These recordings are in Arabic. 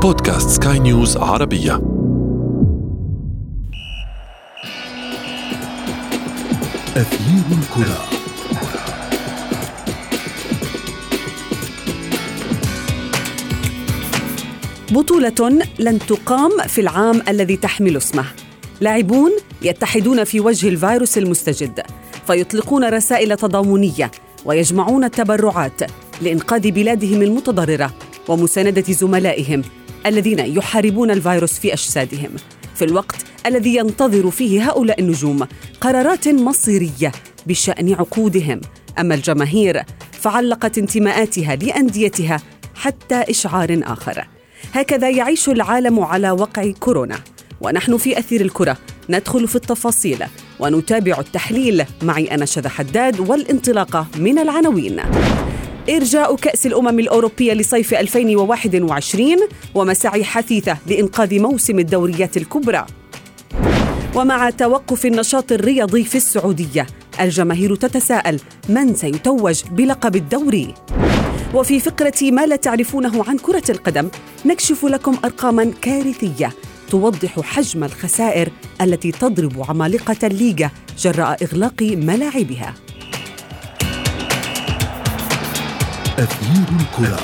بودكاست سكاي نيوز عربية. أثير الكرة. بطولة لن تقام في العام الذي تحمل اسمه. لاعبون يتحدون في وجه الفيروس المستجد، فيطلقون رسائل تضامنية ويجمعون التبرعات لإنقاذ بلادهم المتضررة ومساندة زملائهم الذين يحاربون الفيروس في أجسادهم، في الوقت الذي ينتظر فيه هؤلاء النجوم قرارات مصيرية بشأن عقودهم. أما الجماهير فعلقت انتماءاتها لأنديتها حتى إشعار آخر. هكذا يعيش العالم على وقع كورونا، ونحن في أثير الكرة ندخل في التفاصيل ونتابع التحليل. معي أنا شذى حداد، والانطلاقة من العناوين. إرجاء كأس الأمم الأوروبية لصيف 2021 ومساعي حثيثة لإنقاذ موسم الدوريات الكبرى. ومع توقف النشاط الرياضي في السعودية، الجماهير تتساءل من سيتوج بلقب الدوري. وفي فقرة ما لا تعرفونه عن كرة القدم، نكشف لكم أرقاماً كارثية توضح حجم الخسائر التي تضرب عمالقة الليغا جراء إغلاق ملاعبها. أثير الكرة.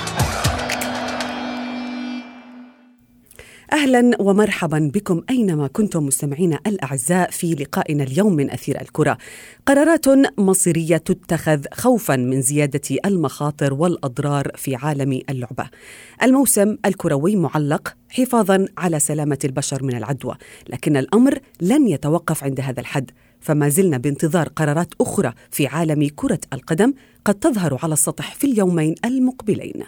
أهلاً ومرحباً بكم أينما كنتم مستمعين الأعزاء في لقائنا اليوم من أثير الكرة. قرارات مصيرية تتخذ خوفاً من زيادة المخاطر والأضرار في عالم اللعبة. الموسم الكروي معلق حفاظاً على سلامة البشر من العدوى، لكن الأمر لن يتوقف عند هذا الحد، فما زلنا بانتظار قرارات أخرى في عالم كرة القدم قد تظهر على السطح في اليومين المقبلين.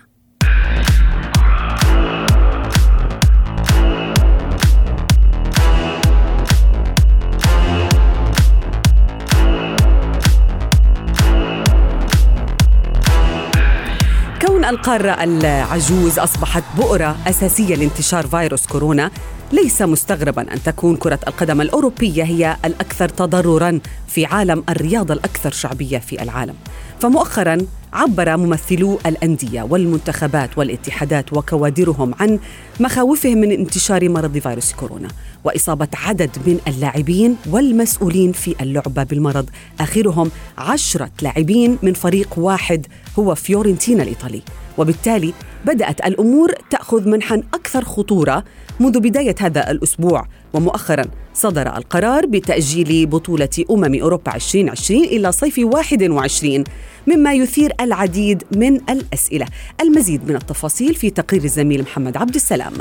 كون القارة العجوز أصبحت بؤرة أساسية لانتشار فيروس كورونا، ليس مستغرباً أن تكون كرة القدم الأوروبية هي الأكثر تضرراً في عالم الرياضة الأكثر شعبية في العالم. فمؤخراً عبر ممثلو الأندية والمنتخبات والاتحادات وكوادرهم عن مخاوفهم من انتشار مرض فيروس كورونا وإصابة عدد من اللاعبين والمسؤولين في اللعبة بالمرض، آخرهم 10 لاعبين من فريق واحد هو فيورنتينا الإيطالي. وبالتالي بدأت الأمور تأخذ منحا أكثر خطورة منذ بداية هذا الأسبوع، ومؤخرا صدر القرار بتأجيل بطولة أوروبا 2020 إلى صيف 21، مما يثير العديد من الأسئلة. المزيد من التفاصيل في تقرير الزميل محمد عبد السلام.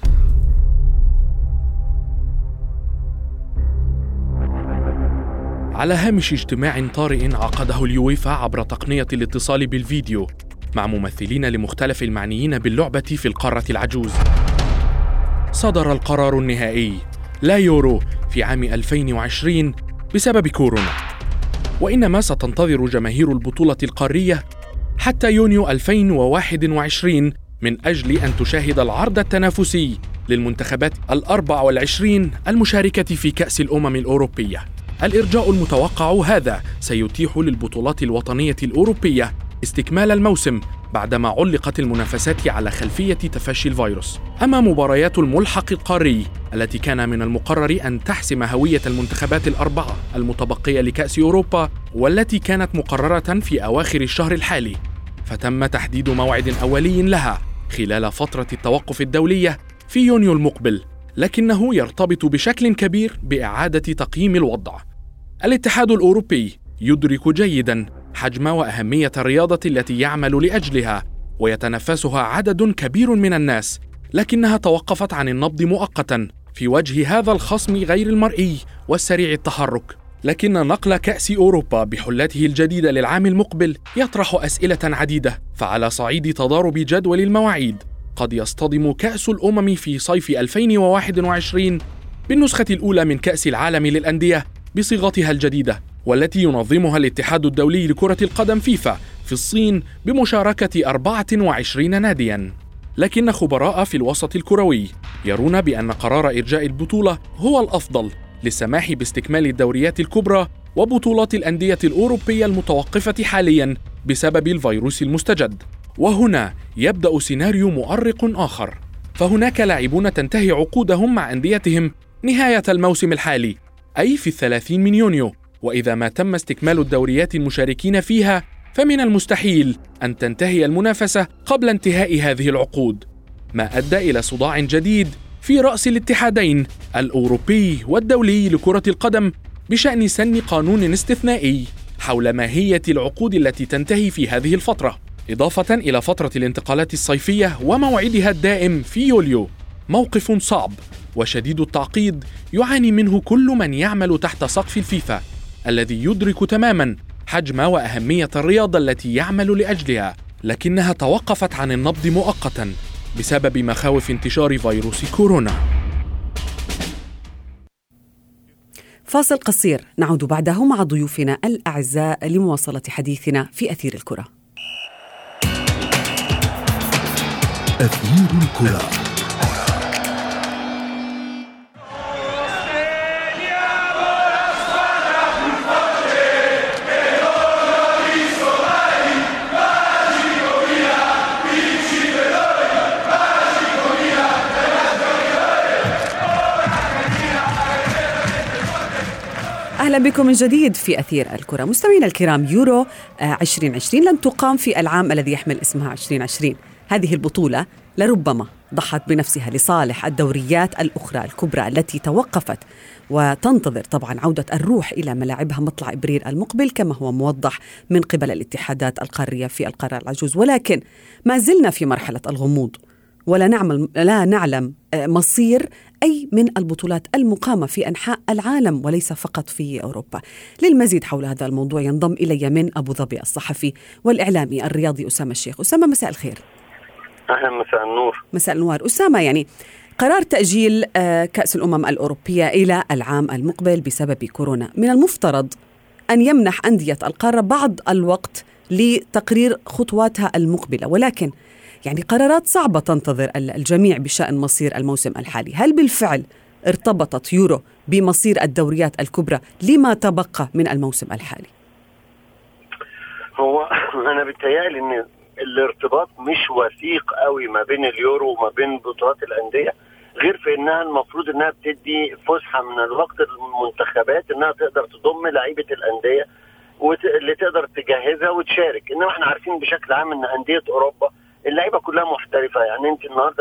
على هامش اجتماع طارئ عقده اليويفا عبر تقنية الاتصال بالفيديو مع ممثلين لمختلف المعنيين باللعبة في القارة العجوز، صدر القرار النهائي: لا يورو في عام 2020 بسبب كورونا، وإنما ستنتظر جماهير البطولة القارية حتى يونيو 2021 من أجل أن تشاهد العرض التنافسي للمنتخبات 24 المشاركة في كأس الأمم الأوروبية. الإرجاء المتوقع هذا سيتيح للبطولات الوطنية الأوروبية استكمال الموسم بعدما علقت المنافسات على خلفية تفشي الفيروس. أما مباريات الملحق القاري التي كان من المقرر أن تحسم هوية المنتخبات الأربعة المتبقية لكأس أوروبا والتي كانت مقررة في أواخر الشهر الحالي، فتم تحديد موعد أولي لها خلال فترة التوقف الدولية في يونيو المقبل، لكنه يرتبط بشكل كبير بإعادة تقييم الوضع. الاتحاد الأوروبي يدرك جيداً حجم وأهمية الرياضة التي يعمل لأجلها ويتنافسها عدد كبير من الناس، لكنها توقفت عن النبض مؤقتاً في وجه هذا الخصم غير المرئي والسريع التحرك. لكن نقل كأس أوروبا بحلته الجديدة للعام المقبل يطرح أسئلة عديدة. فعلى صعيد تضارب جدول المواعيد، قد يصطدم كأس الأمم في صيف 2021 بالنسخة الأولى من كأس العالم للأندية بصيغتها الجديدة، والتي ينظمها الاتحاد الدولي لكرة القدم فيفا في الصين بمشاركة 24 نادياً. لكن خبراء في الوسط الكروي يرون بأن قرار إرجاء البطولة هو الأفضل للسماح باستكمال الدوريات الكبرى وبطولات الأندية الأوروبية المتوقفة حالياً بسبب الفيروس المستجد. وهنا يبدأ سيناريو مؤرق آخر، فهناك لاعبون تنتهي عقودهم مع أنديتهم نهاية الموسم الحالي، أي في 30 من يونيو، وإذا ما تم استكمال الدوريات المشاركين فيها فمن المستحيل أن تنتهي المنافسة قبل انتهاء هذه العقود، ما أدى إلى صداع جديد في رأس الاتحادين الأوروبي والدولي لكرة القدم بشأن سن قانون استثنائي حول ماهية العقود التي تنتهي في هذه الفترة، إضافة إلى فترة الانتقالات الصيفية وموعدها الدائم في يوليو. موقف صعب وشديد التعقيد يعاني منه كل من يعمل تحت سقف الفيفا، الذي يدرك تماماً حجم وأهمية الرياضة التي يعمل لأجلها، لكنها توقفت عن النبض مؤقتاً بسبب مخاوف انتشار فيروس كورونا. فاصل قصير، نعود بعده مع ضيوفنا الأعزاء لمواصلة حديثنا في أثير الكرة. أثير الكرة. أهلا بكم من جديد في أثير الكرة. مستمعينا الكرام، يورو 2020 لن تقام في العام الذي يحمل اسمها 2020. هذه البطولة لربما ضحت بنفسها لصالح الدوريات الأخرى الكبرى التي توقفت وتنتظر طبعا عودة الروح إلى ملاعبها مطلع إبريل المقبل كما هو موضح من قبل الاتحادات القارية في القارة العجوز، ولكن ما زلنا في مرحلة الغموض ولا نعلم مصير أي من البطولات المقامة في أنحاء العالم وليس فقط في أوروبا. للمزيد حول هذا الموضوع ينضم إلي من أبو ظبي الصحفي والإعلامي الرياضي أسامة الشيخ. أسامة، مساء الخير. أهلا، مساء النور. مساء النور. أسامة، يعني قرار تأجيل كأس الأمم الأوروبية إلى العام المقبل بسبب كورونا من المفترض أن يمنح أندية القارة بعض الوقت لتقرير خطواتها المقبلة، ولكن يعني قرارات صعبة تنتظر الجميع بشأن مصير الموسم الحالي. هل بالفعل ارتبطت يورو بمصير الدوريات الكبرى لما تبقى من الموسم الحالي؟ هو أنا بتهيألي إن الارتباط مش وثيق قوي ما بين اليورو وما بين بطولات الأندية، غير في إنها المفروض إنها بتدي فسحة من الوقت المنتخبات إنها تقدر تضم لعيبة الأندية اللي تقدر تجهزها وتشارك. إنما إحنا عارفين بشكل عام إن أندية أوروبا اللعيبه كلها محترفه. يعني انت النهارده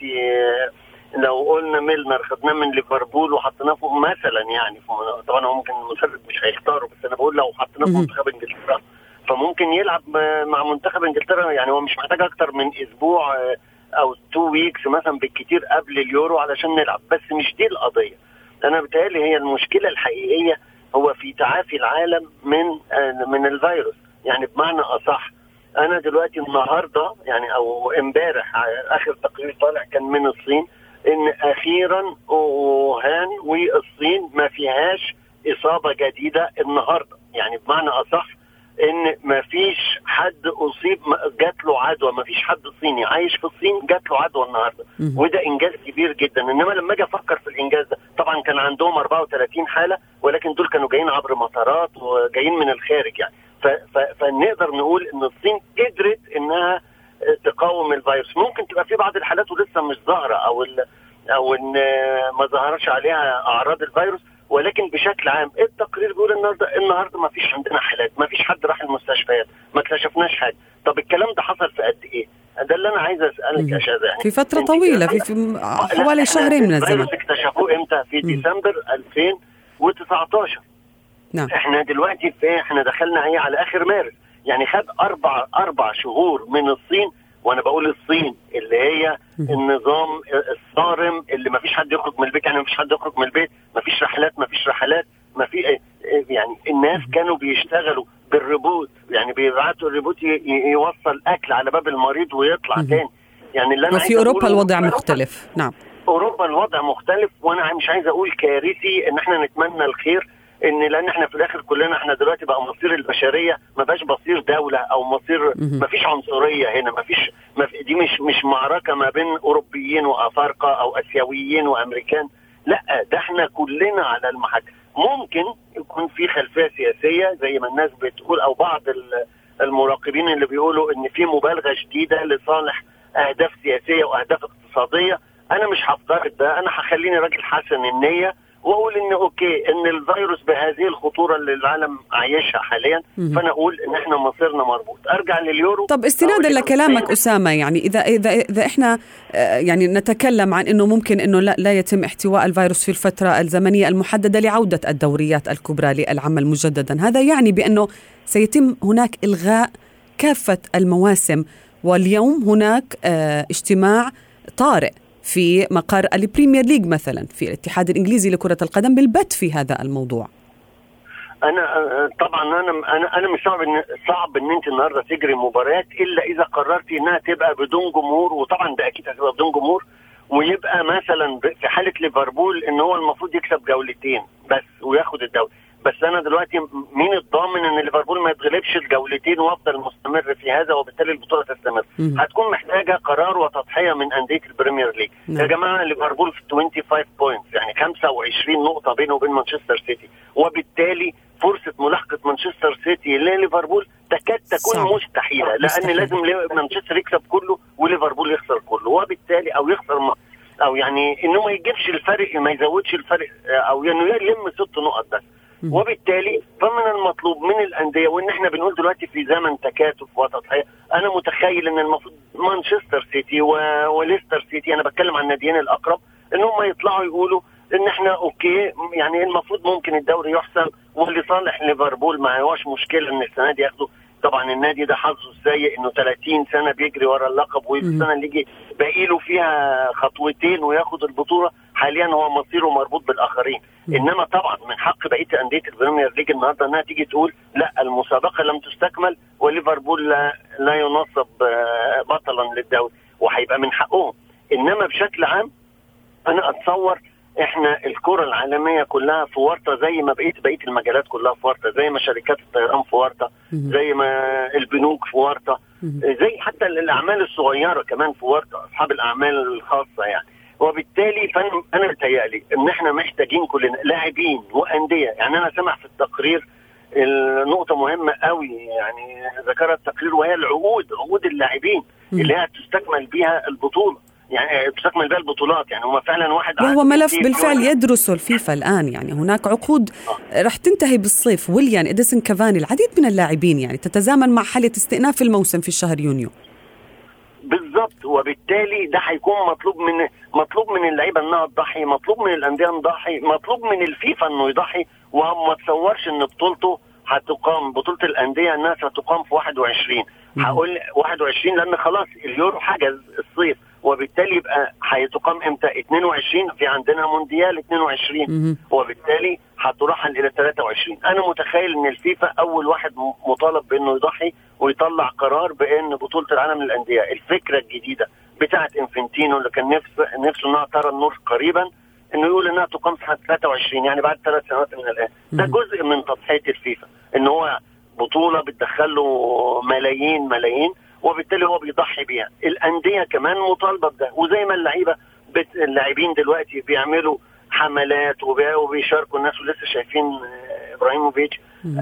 لو قلنا ميلنر خدناه من ليفربول وحطيناه فوق مثلا، يعني طبعا هو ممكن المدرب مش هيختاره، بس انا بقول لو حطيناه في منتخب انجلترا فممكن يلعب مع منتخب انجلترا. يعني هو مش محتاج اكتر من اسبوع او 2 ويكس مثلا بالكتير قبل اليورو علشان نلعب، بس مش دي القضيه. انا بتهيألي هي المشكله الحقيقيه هو في تعافي العالم من الفيروس. يعني بمعنى اصح، انا دلوقتي النهارده يعني او امبارح اخر تقرير طالع كان من الصين ان اخيرا ووهان والصين ما فيهاش اصابه جديده النهارده. يعني بمعنى اصح ان ما فيش حد اصيب جات له عدوى، ما فيش حد صيني عايش في الصين جات له عدوى النهارده، وده انجاز كبير جدا. انما لما اجي افكر في الانجاز ده، طبعا كان عندهم 34 حاله ولكن دول كانوا جايين عبر مطارات وجايين من الخارج. يعني فنقدر نقول ان الصين قدرت انها تقاوم الفيروس. ممكن تبقى في بعض الحالات ولسه مش ظاهره او ان ما ظهرش عليها اعراض الفيروس، ولكن بشكل عام التقرير بيقول النهارده ما فيش عندنا حالات، ما فيش حد راح المستشفيات، ما اكتشفناش حاجه. طب الكلام ده حصل في قد ايه؟ ده اللي انا عايز اسالك يا شاذ. يعني في فتره طويله، في حوالي شهرين من الزمن. اكتشفوه امتى؟ في ديسمبر 2019. نعم. احنا دلوقتي احنا دخلنا على اخر مارس، يعني خد اربع شهور من الصين. وانا بقول الصين اللي هي النظام الصارم اللي ما فيش حد يخرج من البيت، يعني ما فيش حد يخرج من البيت، ما فيش رحلات، ما في يعني الناس كانوا بيشتغلوا بالريبوت، يعني بيبعتوا الريبوت يوصل اكل على باب المريض ويطلع تاني. يعني اللي انا وفي اوروبا الوضع مختلف. نعم، اوروبا الوضع مختلف، وانا مش عايز اقول كارثي ان احنا نتمنى الخير، لان احنا في الاخر كلنا احنا دلوقتي بقى مصير البشريه ما بقاش مصير دوله او مصير، ما فيش عنصريه هنا، دي مش معركه ما بين اوروبيين وافارقه او اسيويين وامريكان، لا ده احنا كلنا على المحك. ممكن يكون في خلفيه سياسيه زي ما الناس بتقول او بعض المراقبين اللي بيقولوا ان في مبالغه شديده لصالح اهداف سياسيه واهداف اقتصاديه، انا مش هفترض ده، انا هخليني راجل حسن النيه واقول ان اوكي ان الفيروس بهذه الخطوره اللي العالم عايشها حاليا، فانا اقول ان احنا مصيرنا مربوط. ارجع لليورو. طب استنادا لكلامك اسامه، يعني اذا احنا يعني نتكلم عن انه ممكن انه لا يتم احتواء الفيروس في الفتره الزمنيه المحدده لعوده الدوريات الكبرى للعمل مجددا، هذا يعني بانه سيتم هناك الغاء كافه المواسم، واليوم هناك اجتماع طارئ في مقر البريمير ليج مثلا في الاتحاد الإنجليزي لكرة القدم بالبت في هذا الموضوع. طبعا انا مش صعب ان انت النهارده تجري مباريات الا اذا قررتي انها تبقى بدون جمهور، وطبعا ده اكيد هتبقى بدون جمهور، ويبقى مثلا في حاله ليفربول ان هو المفروض يكسب جولتين بس وياخد الدوري. بس انا دلوقتي مين الضامن ان ليفربول ما يتغلبش الجولتين وافضل مستمر في هذا وبالتالي البطوله تستمر؟ هتكون محتاجه قرار وتضحيه من انديه البريمير ليج. يا جماعه ليفربول في 25 بوينت، يعني 25 نقطه بينه وبين مانشستر سيتي، وبالتالي فرصه ملاحقه مانشستر سيتي لليفربول تكاد تكون مستحيله، لان لازم مانشستر يكسب كله وليفربول يخسر كله، وبالتالي او يخسر او يعني انه ما يجيبش الفرق، ما يزودش الفرق، او انه يلم 6 نقط بس. وبالتالي فمن المطلوب من الأندية، وإن احنا بنقول دلوقتي في زمن تكاتف وتضحية، أنا متخيل إن المفروض مانشستر سيتي وليستر سيتي، أنا بتكلم عن الناديين الأقرب، إن هم يطلعوا يقولوا إن احنا أوكي، يعني المفروض ممكن الدوري يحسم ولصالح ليفربول، ما هوش مشكلة إن السنة دي ياخدوا. طبعا النادي ده حظه السيء إنه 30 سنة بيجري ورا اللقب، والسنة اللي يجي باقيله فيها خطوتين وياخد البطولة، حاليا هو مصيره مربوط بالآخرين. إنما طبعا من حق بقية أندية البريمير ليج النهارده إنها تيجي تقول لا، المسابقة لم تستكمل وليفربول لا ينصب بطلا للدوري، وهيبقى من حقهم. إنما بشكل عام أنا أتصور احنا الكرة العالمية كلها في ورطة، زي ما بقية المجالات كلها في ورطة، زي ما شركات الطيران في ورطة، زي ما البنوك في ورطة، زي حتى الأعمال الصغيرة كمان في ورطة، أصحاب الأعمال الخاصة يعني. وبالتالي أنا متهيألي إن احنا محتاجين كلنا لاعبين وأندية. يعني أنا سمع في التقرير النقطة مهمة قوي يعني ذكرها التقرير، وهي عقود اللاعبين اللي هي تستكمل بيها البطولة، يعني تستكمل بها البطولات. يعني هو فعلا واحد، وهو ملف بالفعل يدرسه الفيفا الآن. يعني هناك عقود رح تنتهي بالصيف. ويليان، إديسون كافاني، العديد من اللاعبين يعني تتزامن مع حالة استئناف الموسم في الشهر يونيو بالضبط. وبالتالي ده هيكون مطلوب من اللعيبه انها تضحي، مطلوب من الانديه تضحي، مطلوب من الفيفا انه يضحي. وما تصورش ان بطولته هتقام، بطوله الانديه انها ستقام في 21. هقول 21 لان خلاص اليورو حجز الصيف، وبالتالي يبقى هيتقام امتى؟ 22. في عندنا مونديال 22 وبالتالي هترحل الى 23. انا متخيل ان الفيفا اول واحد مطالب بانه يضحي ويطلع قرار بان بطوله العالم للانديه، الفكره الجديده بتاعه انفنتينو اللي كان نفسه انها ترى النور قريبا، انه يقول انها تقام سنه 23، يعني بعد 3 سنوات من الان. ده جزء من تضحيه الفيفا، ان هو بطوله بتدخله ملايين وبالتالي هو بيضحي بيها. الأندية كمان مطالبة بده، وزي ما اللاعبين دلوقتي بيعملوا حملات وبيشاركوا الناس، ولسه شايفين إبراهيموفيتش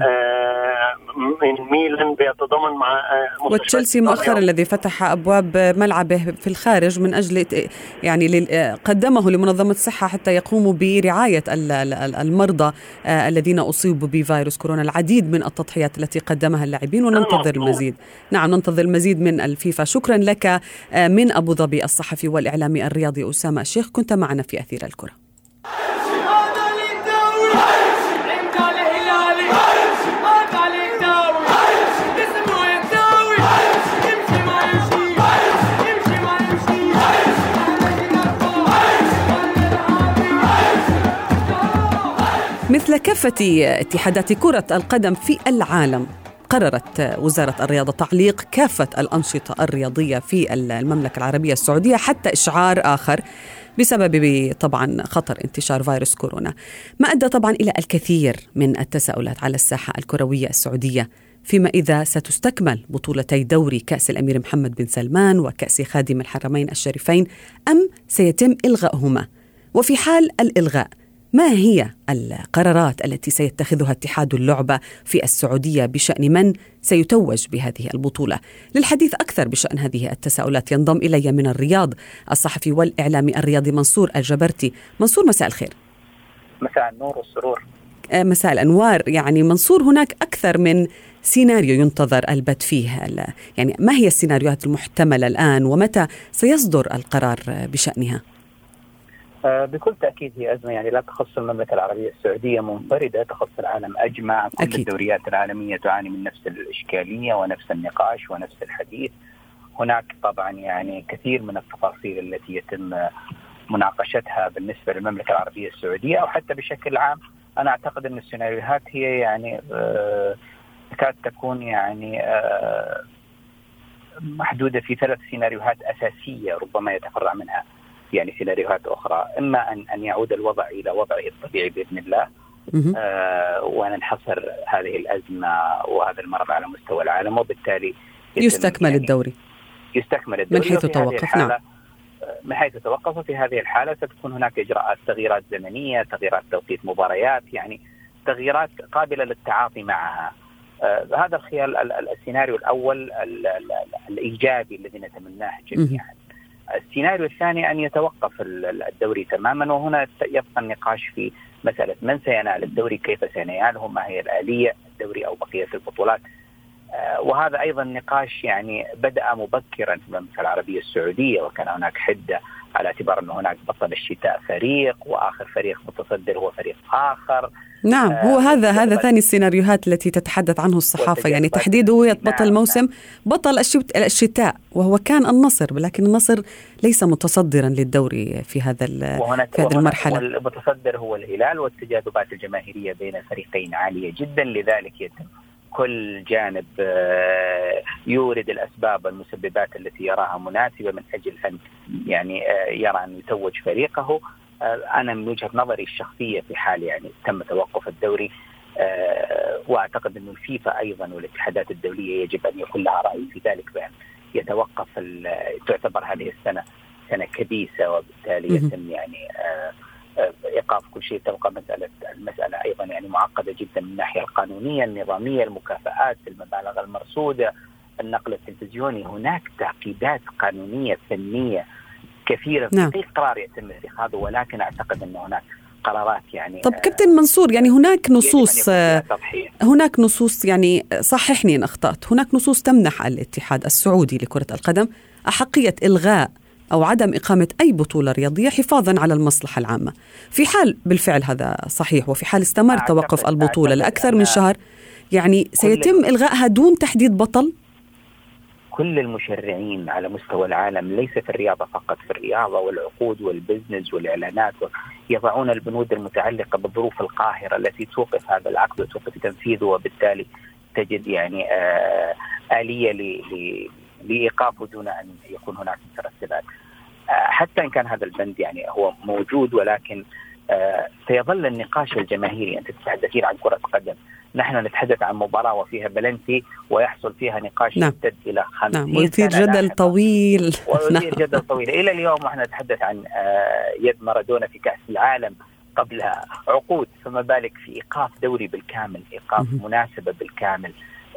من ميلان بيتضامن مع وتشيلسي مؤخرا الذي فتح أبواب ملعبه في الخارج من أجل يعني قدمه لمنظمة الصحة حتى يقوموا برعاية المرضى الذين أصيبوا بفيروس كورونا. العديد من التضحيات التي قدمها اللاعبين، وننتظر المزيد. نعم، ننتظر المزيد من الفيفا. شكرا لك من أبو ظبي الصحفي والإعلامي الرياضي أسامة الشيخ، كنت معنا في أثير الكرة. مثل كافة اتحادات كرة القدم في العالم، قررت وزارة الرياضة تعليق كافة الأنشطة الرياضية في المملكة العربية السعودية حتى إشعار آخر بسبب طبعا خطر انتشار فيروس كورونا، ما أدى طبعا إلى الكثير من التساؤلات على الساحة الكروية السعودية فيما إذا ستستكمل بطولتي دوري كأس الأمير محمد بن سلمان وكأس خادم الحرمين الشريفين أم سيتم إلغائهما. وفي حال الإلغاء ما هي القرارات التي سيتخذها اتحاد اللعبة في السعودية بشأن من سيتوج بهذه البطولة؟ للحديث أكثر بشأن هذه التساؤلات ينضم إلي من الرياض الصحفي والإعلامي الرياضي منصور الجبرتي. منصور، مساء الخير. مساء النور والسرور. مساء الأنوار. يعني منصور، هناك أكثر من سيناريو ينتظر البت فيه، يعني ما هي السيناريوهات المحتملة الآن ومتى سيصدر القرار بشأنها؟ بكل تأكيد هي أزمة يعني لا تخص المملكة العربية السعودية منفردة، تخص العالم أجمع. كل أكيد. الدوريات العالمية تعاني من نفس الإشكالية ونفس النقاش ونفس الحديث. هناك طبعا يعني كثير من التفاصيل التي يتم مناقشتها بالنسبة للمملكة العربية السعودية أو حتى بشكل عام. أنا أعتقد أن السيناريوهات هي يعني تكاد تكون يعني محدودة في 3 سيناريوهات أساسية، ربما يتفرع منها يعني سيناريوهات أخرى. إما أن يعود الوضع إلى وضعه الطبيعي بإذن الله، وننحصر هذه الأزمة وهذا المرض على مستوى العالم، وبالتالي يستكمل يعني الدوري من حيث توقف. نعم، من حيث توقف. في هذه الحالة ستكون هناك إجراءات، تغييرات زمنية، تغييرات توقيت مباريات، يعني تغييرات قابلة للتعاطي معها. هذا الخيال السيناريو الأول الإيجابي الذي نتمناه جميعا. السيناريو الثاني أن يتوقف الدوري تماما، وهنا يبقى النقاش في مسألة من سينال الدوري، كيف سيناله، ما هي الآلية، الدوري أو بقية البطولات. وهذا أيضا نقاش يعني بدأ مبكرا في المملكة العربية السعودية، وكان هناك حدة على اعتبار أن هناك بطل الشتاء فريق وآخر فريق متصدر هو فريق آخر. نعم، هو هذا ثاني السيناريوهات التي تتحدث عنه الصحافة، يعني تحديد هوية بطل الموسم. بطل الشتاء وهو كان النصر، ولكن النصر ليس متصدرا للدوري في هذه المرحلة. المتصدر هو الهلال، والتجاذبات الجماهيرية بين الفريقين عالية جدا، لذلك يتم كل جانب يورد الأسباب والمسببات التي يراها مناسبة من أجل أن يعني يرى أن يتوج فريقه. أنا من وجهة نظري الشخصية في حال يعني تم توقف الدوري، وأعتقد أن الفيفا أيضا والاتحادات الدولية يجب أن يكون لها رأي في ذلك، بأن يتوقف. تعتبر هذه السنة سنة كبيسة، وبالتالي يتم يعني إيقاف كل شيء. تبقى المسألة أيضا يعني معقدة جدا من الناحية القانونية النظامية، المكافآت، المبالغ المرصودة، النقل التلفزيوني. هناك تعقيدات قانونية فنية كثيرة. نعم. في قرار يتم اتخاذه، ولكن أعتقد أن هناك قرارات يعني. طب كابتن منصور، يعني هناك نصوص يعني صححني إن أخطأت، هناك نصوص تمنح الاتحاد السعودي لكرة القدم أحقية إلغاء أو عدم إقامة أي بطولة رياضية حفاظا على المصلحة العامة. في حال بالفعل هذا صحيح، وفي حال استمر توقف البطولة لأكثر من شهر، يعني سيتم إلغائها دون تحديد بطل. كل المشرعين على مستوى العالم، ليس في الرياضة فقط، في الرياضة والعقود والبزنس والإعلانات، يضعون البنود المتعلقة بالظروف القاهرة التي توقف هذا العقد وتوقف تنفيذه، وبالتالي تجد يعني آلية لإيقافه دون أن يكون هناك مترتبات. حتى إن كان هذا البند يعني هو موجود، ولكن سيظل النقاش الجماهيري. أنت تتحدثين عن كرة قدم، نحن نتحدث عن مباراة وفيها بلنتي ويحصل فيها نقاش يمتد إلى 50 ويثير جدل طويل. ويثير جدل طويل إلى اليوم. ونحن نتحدث عن يد مارادونا في كأس العالم قبلها عقود، فما بالك في إيقاف دوري بالكامل، إيقاف مناسبة بالكامل.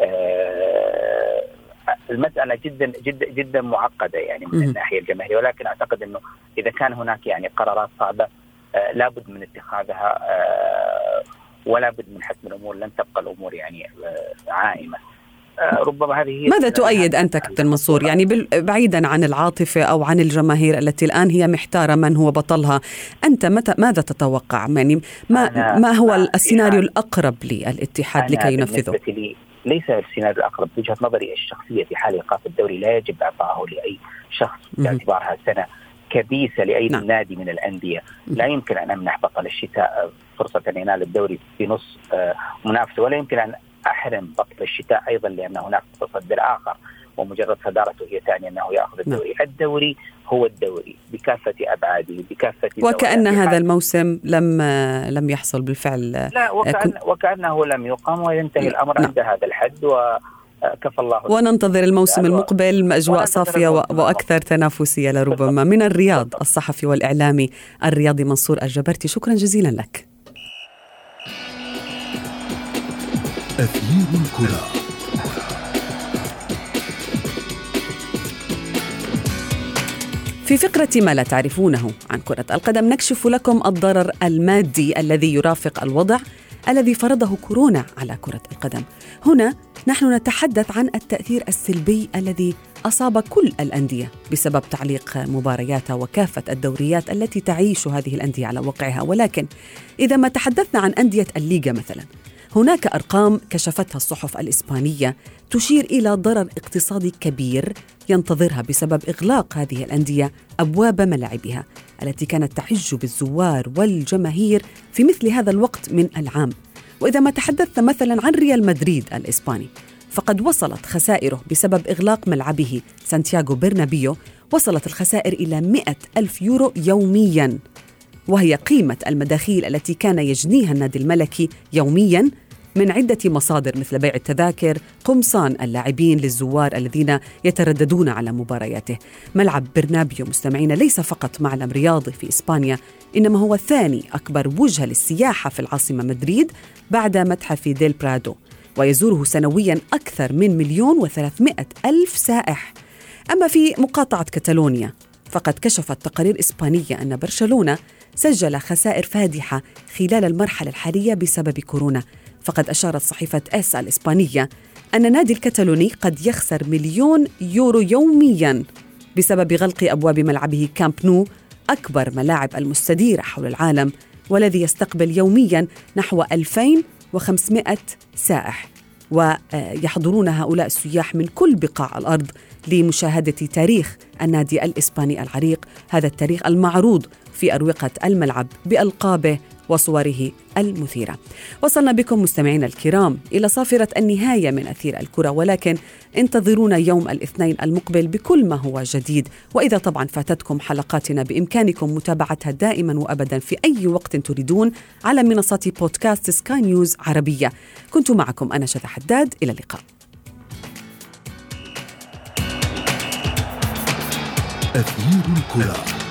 المسألة جدا جدا جدا معقدة يعني من الناحية الجماهيرية، ولكن أعتقد أنه إذا كان هناك يعني قرارات صعبة لابد من اتخاذها، ولا بد من حسم الأمور. لن تبقى الأمور يعني عائمة. ربما هذه هي. ماذا تؤيد أنت كابتن منصور، يعني بعيدا عن العاطفة أو عن الجماهير التي الآن هي محتارة من هو بطلها، أنت ماذا تتوقع؟ يعني ما هو السيناريو الأقرب للاتحاد لكي ينفذه؟ ليس السيناريو الأقرب. بوجهة نظري الشخصية في حال إيقاف الدوري لا يجب إعطائه لأي شخص باعتبارها سنة كبيسة لأي نادي من الأندية. لا يمكن أن أمنح بطل الشتاء فرصة أن ينال الدوري في نص منافسة، ولا يمكن أن أحرم بطل الشتاء أيضا لأن هناك متصدر آخر ومجرد صدارته هي تعني أنه يأخذ الدوري. الدوري هو الدوري بكافة أبعاده، بكافة وكأن هذا الموسم لم يحصل بالفعل. لا، وكأنه لم يقام وينتهي الأمر عند هذا الحد، وكفى الله. وننتظر الموسم المقبل أجواء صافية وأكثر تنافسية لربما. من الرياض الصحفي والإعلامي الرياضي منصور الجبرتي، شكرا جزيلا لك. أثير الكرة. في فقرة ما لا تعرفونه عن كرة القدم نكشف لكم الضرر المادي الذي يرافق الوضع الذي فرضه كورونا على كرة القدم. هنا نحن نتحدث عن التأثير السلبي الذي أصاب كل الأندية بسبب تعليق مبارياتها وكافة الدوريات التي تعيش هذه الأندية على وقعها. ولكن إذا ما تحدثنا عن أندية الليغا مثلا، هناك أرقام كشفتها الصحف الإسبانية تشير إلى ضرر اقتصادي كبير ينتظرها بسبب إغلاق هذه الأندية أبواب ملاعبها التي كانت تحج بالزوار والجماهير في مثل هذا الوقت من العام. وإذا ما تحدثنا مثلا عن ريال مدريد الإسباني، فقد وصلت خسائره بسبب إغلاق ملعبه سانتياغو برنابيو، وصلت الخسائر إلى 100,000 يورو يومياً، وهي قيمة المداخيل التي كان يجنيها النادي الملكي يومياً من عدة مصادر مثل بيع التذاكر، قمصان اللاعبين للزوار الذين يترددون على مبارياته. ملعب برنابيو مستمعين ليس فقط معلم رياضي في إسبانيا، إنما هو ثاني أكبر وجهة للسياحة في العاصمة مدريد بعد متحف ديل برادو، ويزوره سنوياً أكثر من 1,300,000 سائح. أما في مقاطعة كتالونيا، فقد كشفت تقارير إسبانية أن برشلونة سجل خسائر فادحة خلال المرحلة الحالية بسبب كورونا. فقد أشارت صحيفة إس الإسبانية أن النادي الكتالوني قد يخسر 1,000,000 يورو يومياً بسبب غلق أبواب ملعبه كامب نو، أكبر ملاعب المستديرة حول العالم، والذي يستقبل يومياً نحو 2,500 سائح، ويحضرون هؤلاء السياح من كل بقاع الأرض لمشاهدة تاريخ النادي الإسباني العريق، هذا التاريخ المعروض في أروقة الملعب بألقابه وصوره المثيرة. وصلنا بكم مستمعينا الكرام إلى صافرة النهاية من أثير الكرة، ولكن انتظرونا يوم الاثنين المقبل بكل ما هو جديد. وإذا طبعا فاتتكم حلقاتنا بإمكانكم متابعتها دائما وأبدا في أي وقت تريدون على منصات بودكاست سكاي نيوز عربية. كنت معكم أنا شذى حداد، إلى اللقاء. أثير الكرة.